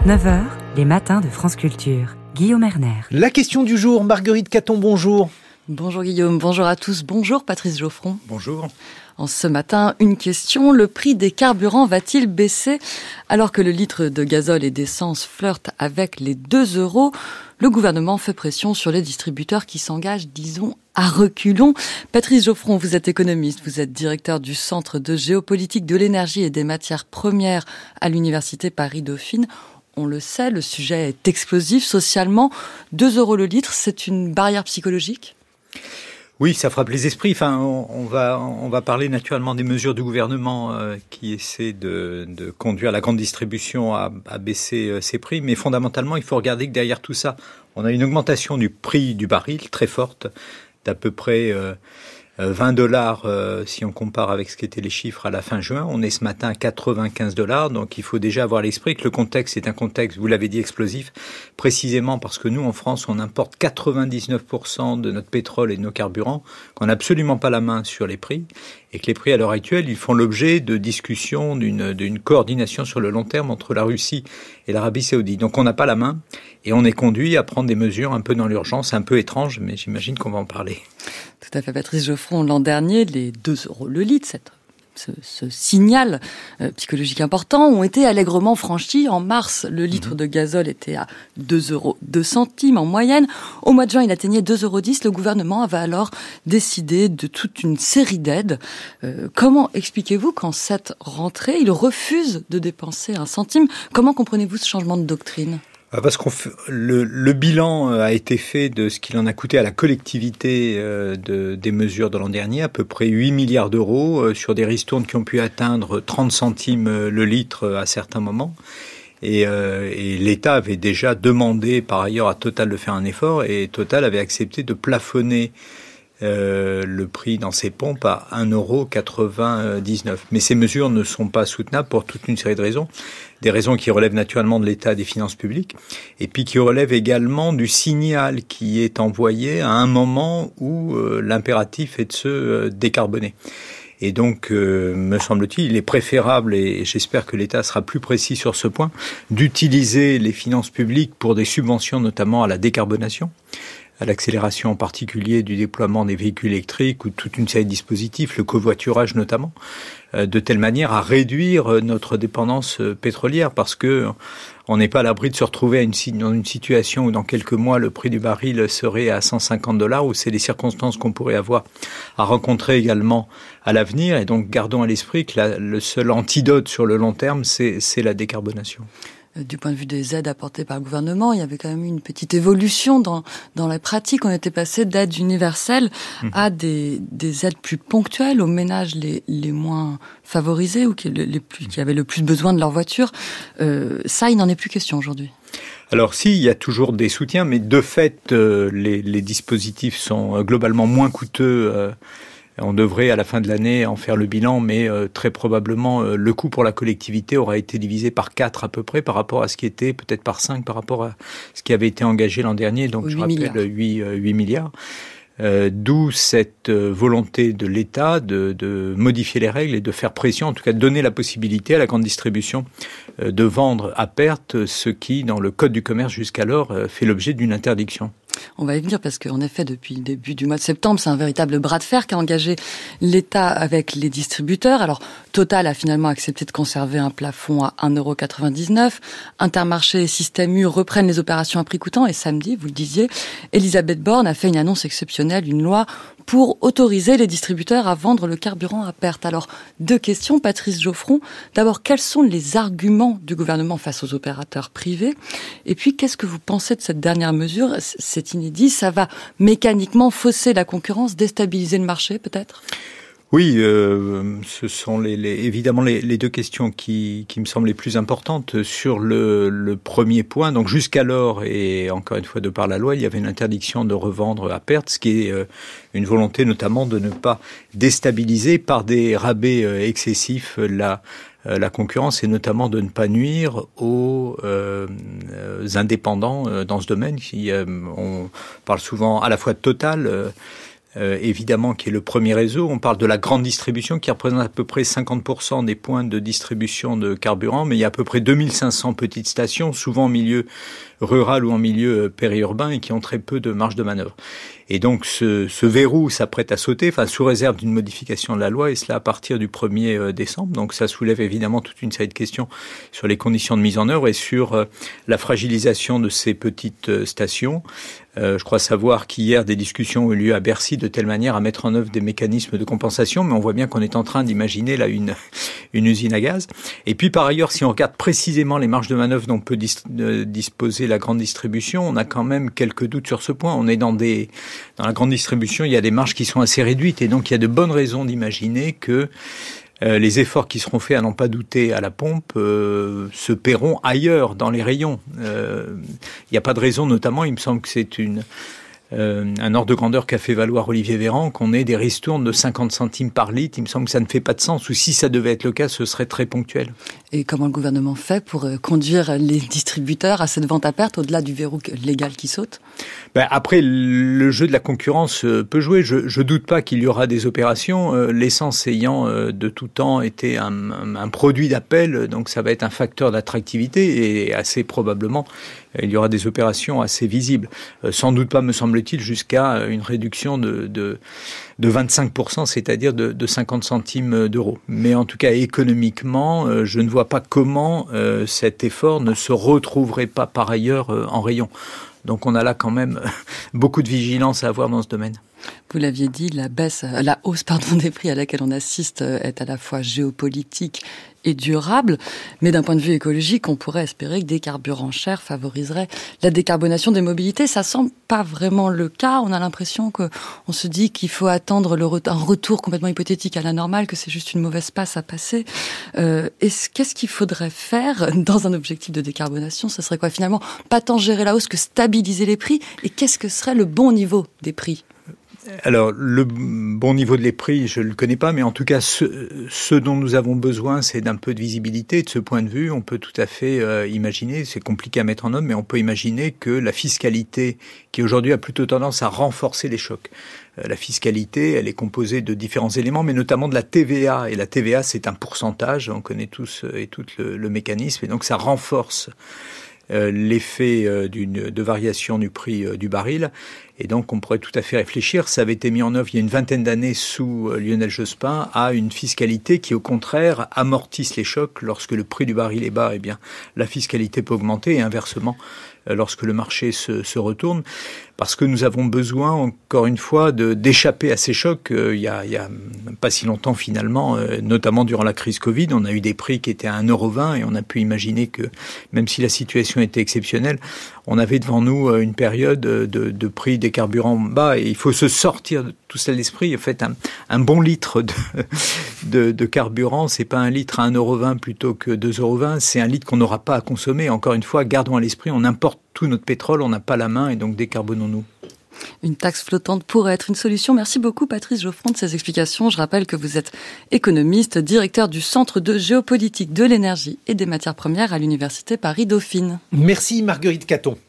9 heures, les matins de France Culture. Guillaume Erner. La question du jour, Marguerite Caton, bonjour. Bonjour Guillaume, bonjour à tous, bonjour Patrice Geoffron. Bonjour. En ce matin, une question, le prix des carburants va-t-il baisser? Alors que le litre de gazole et d'essence flirte avec les 2 €, le gouvernement fait pression sur les distributeurs qui s'engagent, disons, à reculons. Patrice Geoffron, vous êtes économiste, vous êtes directeur du Centre de géopolitique de l'énergie et des matières premières à l'Université Paris-Dauphine. On le sait, le sujet est explosif socialement. 2 € le litre, c'est une barrière psychologique ? Oui, ça frappe les esprits. Enfin, on va parler naturellement des mesures du gouvernement qui essaient de conduire la grande distribution à baisser ses prix. Mais fondamentalement, il faut regarder que derrière tout ça, on a une augmentation du prix du baril très forte, d'à peu près $20 si on compare avec ce qu'étaient les chiffres à la fin juin. On est ce matin à $95, donc il faut déjà avoir à l'esprit que le contexte est un contexte, vous l'avez dit, explosif, précisément parce que nous, en France, on importe 99% de notre pétrole et de nos carburants, qu'on n'a absolument pas la main sur les prix, et que les prix à l'heure actuelle, ils font l'objet de discussions, d'une coordination sur le long terme entre la Russie et l'Arabie Saoudite. Donc on n'a pas la main, et on est conduit à prendre des mesures un peu dans l'urgence, un peu étranges, mais j'imagine qu'on va en parler. Tout à fait, Patrice Geoffron. L'an dernier, les 2 € le litre, ce signal psychologique important, ont été allègrement franchis. En mars, le litre de gazole était à 2,02 € en moyenne. Au mois de juin, il atteignait 2,10 €. Le gouvernement avait alors décidé de toute une série d'aides. Comment expliquez-vous qu'en cette rentrée, il refuse de dépenser un centime? Comment comprenez-vous ce changement de doctrine? Parce le bilan a été fait de ce qu'il en a coûté à la collectivité des mesures de l'an dernier, à peu près 8 milliards d'euros sur des ristournes qui ont pu atteindre 30 centimes le litre à certains moments. Et l'État avait déjà demandé par ailleurs à Total de faire un effort, et Total avait accepté de plafonner le prix dans ses pompes à 1,99 €. Mais ces mesures ne sont pas soutenables pour toute une série de raisons. Des raisons qui relèvent naturellement de l'état des finances publiques, et puis qui relèvent également du signal qui est envoyé à un moment où l'impératif est de se décarboner. Et donc, me semble-t-il, il est préférable, et j'espère que l'État sera plus précis sur ce point, d'utiliser les finances publiques pour des subventions, notamment à la décarbonation, à l'accélération en particulier du déploiement des véhicules électriques ou toute une série de dispositifs, le covoiturage notamment, de telle manière à réduire notre dépendance pétrolière, parce que on n'est pas à l'abri de se retrouver dans une situation où dans quelques mois le prix du baril serait à $150, où c'est les circonstances qu'on pourrait avoir à rencontrer également à l'avenir. Et donc gardons à l'esprit que le seul antidote sur le long terme, c'est la décarbonation. Du point de vue des aides apportées par le gouvernement, il y avait quand même eu une petite évolution dans la pratique. On était passé d'aides universelles à des aides plus ponctuelles aux ménages les moins favorisés ou qui avaient le plus besoin de leur voiture. Ça, il n'en est plus question aujourd'hui. Alors si, il y a toujours des soutiens, mais de fait, les dispositifs sont globalement moins coûteux. On devrait, à la fin de l'année, en faire le bilan, mais très probablement, le coût pour la collectivité aura été divisé par 4 à peu près, par rapport à ce qui était, peut-être par 5, par rapport à ce qui avait été engagé l'an dernier. Donc, je rappelle, 8 milliards. D'où cette volonté de l'État de modifier les règles et de faire pression, en tout cas de donner la possibilité à la grande distribution de vendre à perte ce qui, dans le Code du commerce jusqu'alors, fait l'objet d'une interdiction. On va y venir parce qu'en effet, depuis le début du mois de septembre, c'est un véritable bras de fer qu'a engagé l'État avec les distributeurs. Alors, Total a finalement accepté de conserver un plafond à 1,99 €. Intermarché et Système U reprennent les opérations à prix coûtant. Et samedi, vous le disiez, Elisabeth Borne a fait une annonce exceptionnelle, une loi pour autoriser les distributeurs à vendre le carburant à perte. Alors, 2 questions, Patrice Geoffron. D'abord, quels sont les arguments du gouvernement face aux opérateurs privés? Et puis, qu'est-ce que vous pensez de cette dernière mesure? C'est inédit, ça va mécaniquement fausser la concurrence, déstabiliser le marché peut-être? Oui, ce sont évidemment les 2 questions qui me semblent les plus importantes. Sur le premier point, donc jusqu'alors, et encore une fois de par la loi, il y avait une interdiction de revendre à perte, ce qui est une volonté notamment de ne pas déstabiliser par des rabais excessifs la concurrence, et notamment de ne pas nuire aux indépendants dans ce domaine. On parle souvent à la fois de Total, évidemment, qui est le premier réseau. On parle de la grande distribution, qui représente à peu près 50% des points de distribution de carburant, mais il y a à peu près 2500 petites stations, souvent en milieu rural ou en milieu périurbain, et qui ont très peu de marge de manœuvre. Et donc, ce verrou s'apprête à sauter, sous réserve d'une modification de la loi, et cela à partir du 1er décembre. Donc, ça soulève évidemment toute une série de questions sur les conditions de mise en œuvre et sur la fragilisation de ces petites stations. Je crois savoir qu'hier, des discussions ont eu lieu à Bercy de telle manière à mettre en œuvre des mécanismes de compensation, mais on voit bien qu'on est en train d'imaginer là une usine à gaz. Et puis, par ailleurs, si on regarde précisément les marges de manœuvre dont peut disposer la grande distribution, on a quand même quelques doutes sur ce point. On est dans la grande distribution, il y a des marges qui sont assez réduites, et donc il y a de bonnes raisons d'imaginer que les efforts qui seront faits, à n'en pas douter, à la pompe, se paieront ailleurs, dans les rayons. Il n'y a pas de raison, notamment, il me semble que c'est un ordre de grandeur qu'a fait valoir Olivier Véran, qu'on ait des ristournes de 50 centimes par litre. Il me semble que ça ne fait pas de sens, ou si ça devait être le cas, ce serait très ponctuel. Et comment le gouvernement fait pour conduire les distributeurs à cette vente à perte, au-delà du verrou légal qui saute ? Après, le jeu de la concurrence peut jouer. Je doute pas qu'il y aura des opérations. L'essence ayant de tout temps été un produit d'appel, donc ça va être un facteur d'attractivité, et assez probablement il y aura des opérations assez visibles. Sans doute pas, me semble-t-il, jusqu'à une réduction de 25%, c'est-à-dire de 50 centimes d'euros. Mais en tout cas, économiquement, je ne vois pas comment cet effort ne se retrouverait pas par ailleurs en rayon. Donc on a là quand même beaucoup de vigilance à avoir dans ce domaine. Vous l'aviez dit, la hausse des prix à laquelle on assiste est à la fois géopolitique et durable, mais d'un point de vue écologique, on pourrait espérer que des carburants chers favoriseraient la décarbonation des mobilités. Ça semble pas vraiment le cas. On a l'impression qu'on se dit qu'il faut attendre un retour complètement hypothétique à la normale, que c'est juste une mauvaise passe à passer. Qu'est-ce qu'il faudrait faire dans un objectif de décarbonation ? Ce serait quoi finalement ? Pas tant gérer la hausse que stabiliser les prix. Et qu'est-ce que serait le bon niveau des prix ? Alors, le bon niveau de les prix, je ne le connais pas, mais en tout cas, ce dont nous avons besoin, c'est d'un peu de visibilité. De ce point de vue, on peut tout à fait imaginer, c'est compliqué à mettre en œuvre, mais on peut imaginer que la fiscalité, qui aujourd'hui a plutôt tendance à renforcer les chocs, la fiscalité, elle est composée de différents éléments, mais notamment de la TVA. Et la TVA, c'est un pourcentage, on connaît tous et toutes le mécanisme, et donc ça renforce l'effet de variation du prix du baril. Et donc, on pourrait tout à fait réfléchir. Ça avait été mis en œuvre il y a une vingtaine d'années sous Lionel Jospin à une fiscalité qui, au contraire, amortisse les chocs. Lorsque le prix du baril est bas, eh bien, la fiscalité peut augmenter, et inversement, lorsque le marché se retourne. Parce que nous avons besoin, encore une fois, d'échapper à ces chocs. Il y a pas si longtemps, finalement, notamment durant la crise Covid, on a eu des prix qui étaient à 1,20 € et on a pu imaginer que, même si la situation était exceptionnelle, on avait devant nous une période de prix des carburants bas, et il faut se sortir de tout ça de l'esprit. En fait, un bon litre de carburant, c'est pas un litre à 1,20 € plutôt que 2,20 €, c'est un litre qu'on n'aura pas à consommer. Encore une fois, gardons à l'esprit, on importe tout notre pétrole, on n'a pas la main, et donc décarbonons-nous. Une taxe flottante pourrait être une solution. Merci beaucoup Patrice Geoffroy de ces explications. Je rappelle que vous êtes économiste, directeur du Centre de géopolitique de l'énergie et des matières premières à l'Université Paris-Dauphine. Merci Marguerite Caton.